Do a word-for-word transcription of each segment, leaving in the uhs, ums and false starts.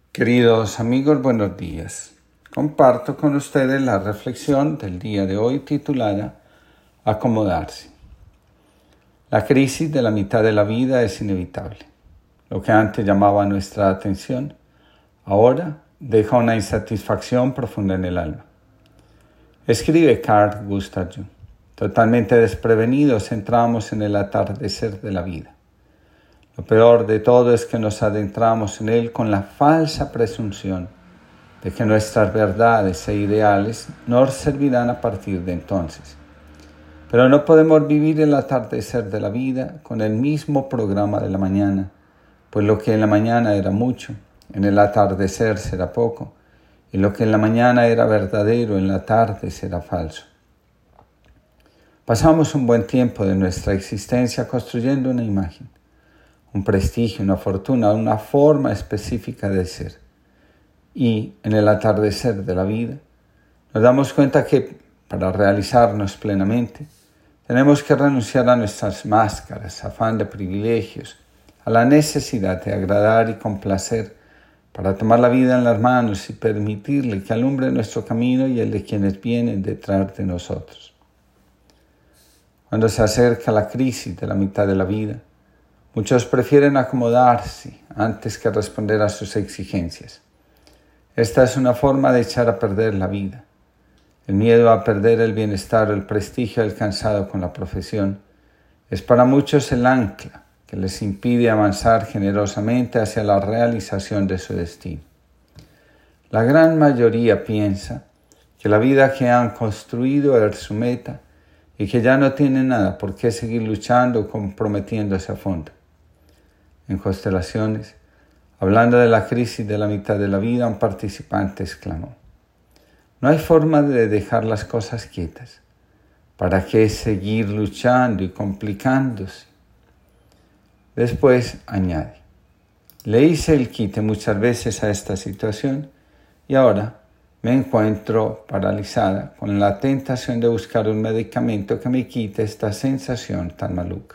Queridos amigos, buenos días. Comparto con ustedes la reflexión del día de hoy titulada Acomodarse. La crisis de la mitad de la vida es inevitable. Lo que antes llamaba nuestra atención, ahora deja una insatisfacción profunda en el alma. Escribe Carl Gustav Jung. Totalmente desprevenidos entramos en el atardecer de la vida. Lo peor de todo es que nos adentramos en él con la falsa presunción de que nuestras verdades e ideales nos servirán a partir de entonces. Pero no podemos vivir el atardecer de la vida con el mismo programa de la mañana, pues lo que en la mañana era mucho, en el atardecer será poco, y lo que en la mañana era verdadero, en la tarde será falso. Pasamos un buen tiempo de nuestra existencia construyendo una imagen, un prestigio, una fortuna, una forma específica de ser. Y en el atardecer de la vida nos damos cuenta que para realizarnos plenamente tenemos que renunciar a nuestras máscaras, afán de privilegios, a la necesidad de agradar y complacer para tomar la vida en las manos y permitirle que alumbre nuestro camino y el de quienes vienen detrás de nosotros. Cuando se acerca la crisis de la mitad de la vida, muchos prefieren acomodarse antes que responder a sus exigencias. Esta es una forma de echar a perder la vida. El miedo a perder el bienestar o el prestigio alcanzado con la profesión es para muchos el ancla que les impide avanzar generosamente hacia la realización de su destino. La gran mayoría piensa que la vida que han construido es su meta y que ya no tienen nada por qué seguir luchando o comprometiéndose a fondo. En Constelaciones, hablando de la crisis de la mitad de la vida, un participante exclamó: no hay forma de dejar las cosas quietas. ¿Para qué seguir luchando y complicándose? Después añade: le hice el quite muchas veces a esta situación y ahora me encuentro paralizada con la tentación de buscar un medicamento que me quite esta sensación tan maluca.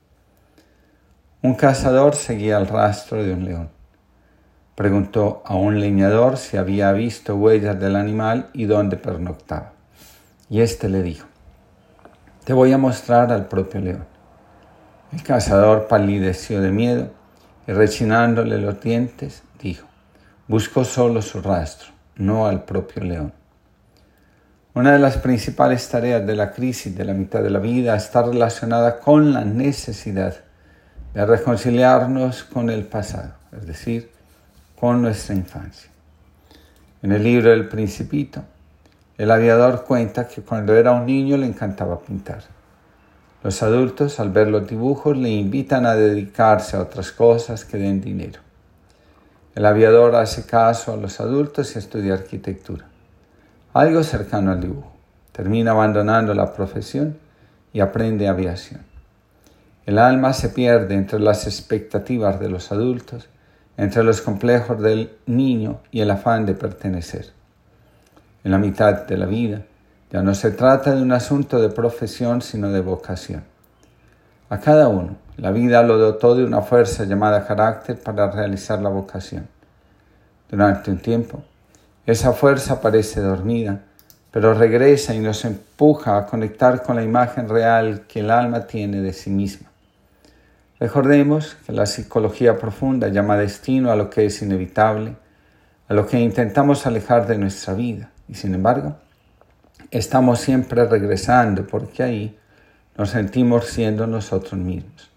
Un cazador seguía el rastro de un león. Preguntó a un leñador si había visto huellas del animal y dónde pernoctaba. Y éste le dijo: te voy a mostrar al propio león. El cazador palideció de miedo y rechinándole los dientes dijo: busco solo su rastro, no al propio león. Una de las principales tareas de la crisis de la mitad de la vida está relacionada con la necesidad de reconciliarnos con el pasado, es decir, con nuestra infancia. En el libro El Principito, el aviador cuenta que cuando era un niño le encantaba pintar. Los adultos, al ver los dibujos, le invitan a dedicarse a otras cosas que den dinero. El aviador hace caso a los adultos y estudia arquitectura, algo cercano al dibujo. Termina abandonando la profesión y aprende aviación. El alma se pierde entre las expectativas de los adultos, entre los complejos del niño y el afán de pertenecer. En la mitad de la vida, ya no se trata de un asunto de profesión, sino de vocación. A cada uno, la vida lo dotó de una fuerza llamada carácter para realizar la vocación. Durante un tiempo, esa fuerza parece dormida, pero regresa y nos empuja a conectar con la imagen real que el alma tiene de sí misma. Recordemos que la psicología profunda llama destino a lo que es inevitable, a lo que intentamos alejar de nuestra vida, y sin embargo, estamos siempre regresando porque ahí nos sentimos siendo nosotros mismos.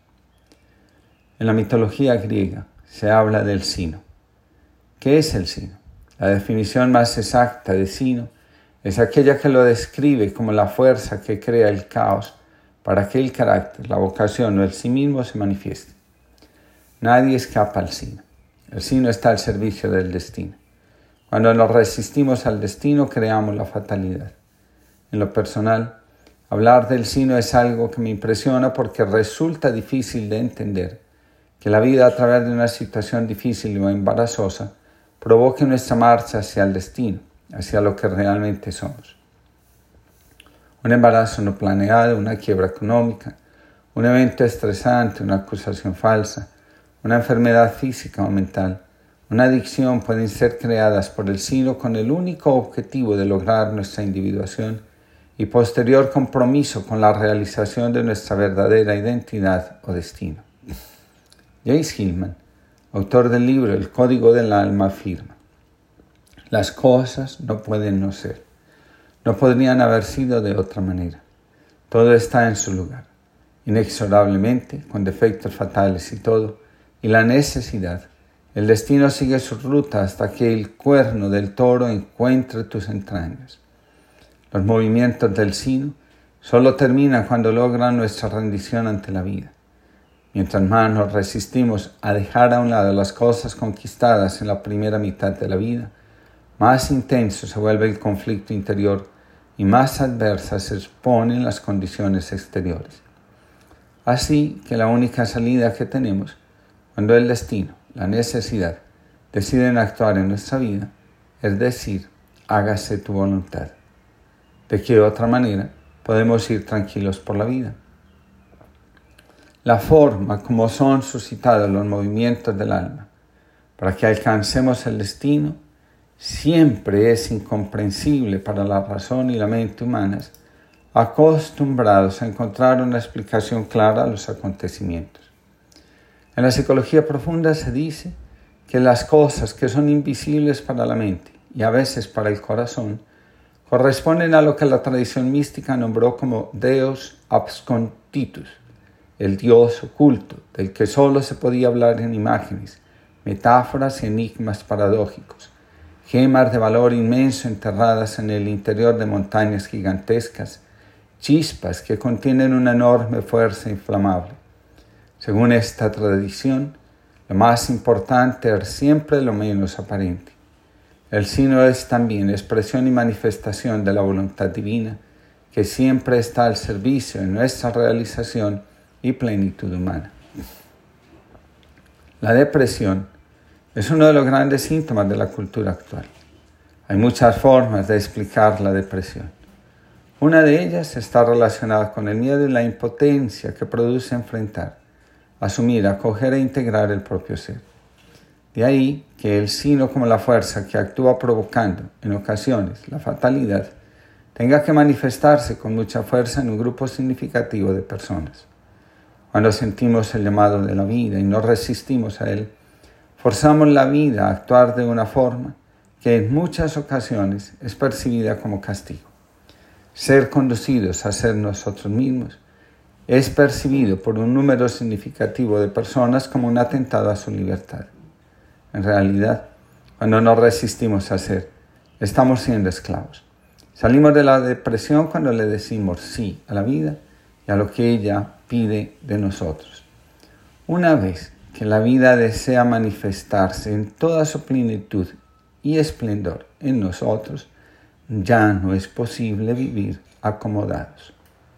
En la mitología griega se habla del sino. ¿Qué es el sino? La definición más exacta de sino es aquella que lo describe como la fuerza que crea el caos para que el carácter, la vocación o el sí mismo se manifieste. Nadie escapa al sino. El sino está al servicio del destino. Cuando nos resistimos al destino, creamos la fatalidad. En lo personal, hablar del sino es algo que me impresiona porque resulta difícil de entender que la vida a través de una situación difícil o embarazosa provoque nuestra marcha hacia el destino, hacia lo que realmente somos. Un embarazo no planeado, una quiebra económica, un evento estresante, una acusación falsa, una enfermedad física o mental, una adicción pueden ser creadas por el sino con el único objetivo de lograr nuestra individuación y posterior compromiso con la realización de nuestra verdadera identidad o destino. James Hillman, autor del libro El Código del Alma, afirma: las cosas no pueden no ser, no podrían haber sido de otra manera. Todo está en su lugar, inexorablemente, con defectos fatales y todo, y la necesidad. El destino sigue su ruta hasta que el cuerno del toro encuentre tus entrañas. Los movimientos del sino solo terminan cuando logran nuestra rendición ante la vida. Mientras más nos resistimos a dejar a un lado las cosas conquistadas en la primera mitad de la vida, más intenso se vuelve el conflicto interior y más adversas se exponen las condiciones exteriores. Así que la única salida que tenemos, cuando el destino, la necesidad, deciden actuar en nuestra vida, es decir, hágase tu voluntad. ¿De qué otra manera podemos ir tranquilos por la vida? La forma como son suscitados los movimientos del alma para que alcancemos el destino siempre es incomprensible para la razón y la mente humanas, acostumbrados a encontrar una explicación clara a los acontecimientos. En la psicología profunda se dice que las cosas que son invisibles para la mente y a veces para el corazón corresponden a lo que la tradición mística nombró como Deus absconditus, el Dios oculto, del que solo se podía hablar en imágenes, metáforas y enigmas paradójicos, gemas de valor inmenso enterradas en el interior de montañas gigantescas, chispas que contienen una enorme fuerza inflamable. Según esta tradición, lo más importante es siempre lo menos aparente. El sino es también expresión y manifestación de la voluntad divina, que siempre está al servicio de nuestra realización y plenitud humana. La depresión es uno de los grandes síntomas de la cultura actual. Hay muchas formas de explicar la depresión. Una de ellas está relacionada con el miedo y la impotencia que produce enfrentar, asumir, acoger e integrar el propio ser. De ahí que el sino como la fuerza que actúa provocando, en ocasiones, la fatalidad, tenga que manifestarse con mucha fuerza en un grupo significativo de personas. Cuando sentimos el llamado de la vida y no resistimos a él, forzamos la vida a actuar de una forma que en muchas ocasiones es percibida como castigo. Ser conducidos a ser nosotros mismos es percibido por un número significativo de personas como un atentado a su libertad. En realidad, cuando nos resistimos a ser, estamos siendo esclavos. Salimos de la depresión cuando le decimos sí a la vida y a lo que ella pide de nosotros. Una vez que la vida desea manifestarse en toda su plenitud y esplendor en nosotros, ya no es posible vivir acomodados.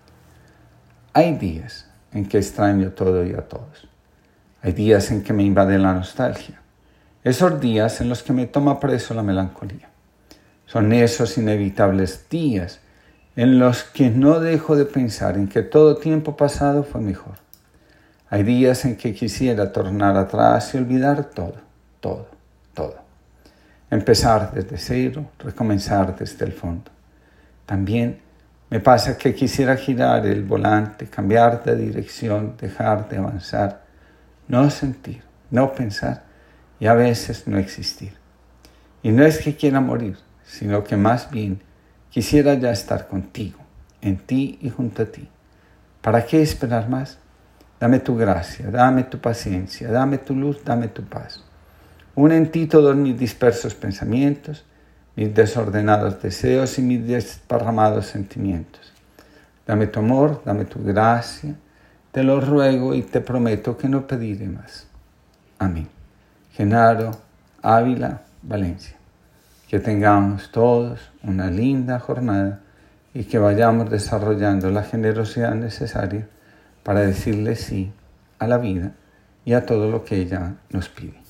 Hay días en que extraño todo y a todos. Hay días en que me invade la nostalgia. Esos días en los que me toma preso la melancolía. Son esos inevitables días en los que no dejo de pensar en que todo tiempo pasado fue mejor. Hay días en que quisiera tornar atrás y olvidar todo, todo, todo. Empezar desde cero, recomenzar desde el fondo. También me pasa que quisiera girar el volante, cambiar de dirección, dejar de avanzar, no sentir, no pensar y a veces no existir. Y no es que quiera morir, sino que más bien quisiera ya estar contigo, en ti y junto a ti. ¿Para qué esperar más? Dame tu gracia, dame tu paciencia, dame tu luz, dame tu paz. Une en ti todos mis dispersos pensamientos, mis desordenados deseos y mis desparramados sentimientos. Dame tu amor, dame tu gracia, te lo ruego y te prometo que no pediré más. Amén. Genaro Ávila, Valencia. Que tengamos todos una linda jornada y que vayamos desarrollando la generosidad necesaria para decirle sí a la vida y a todo lo que ella nos pide.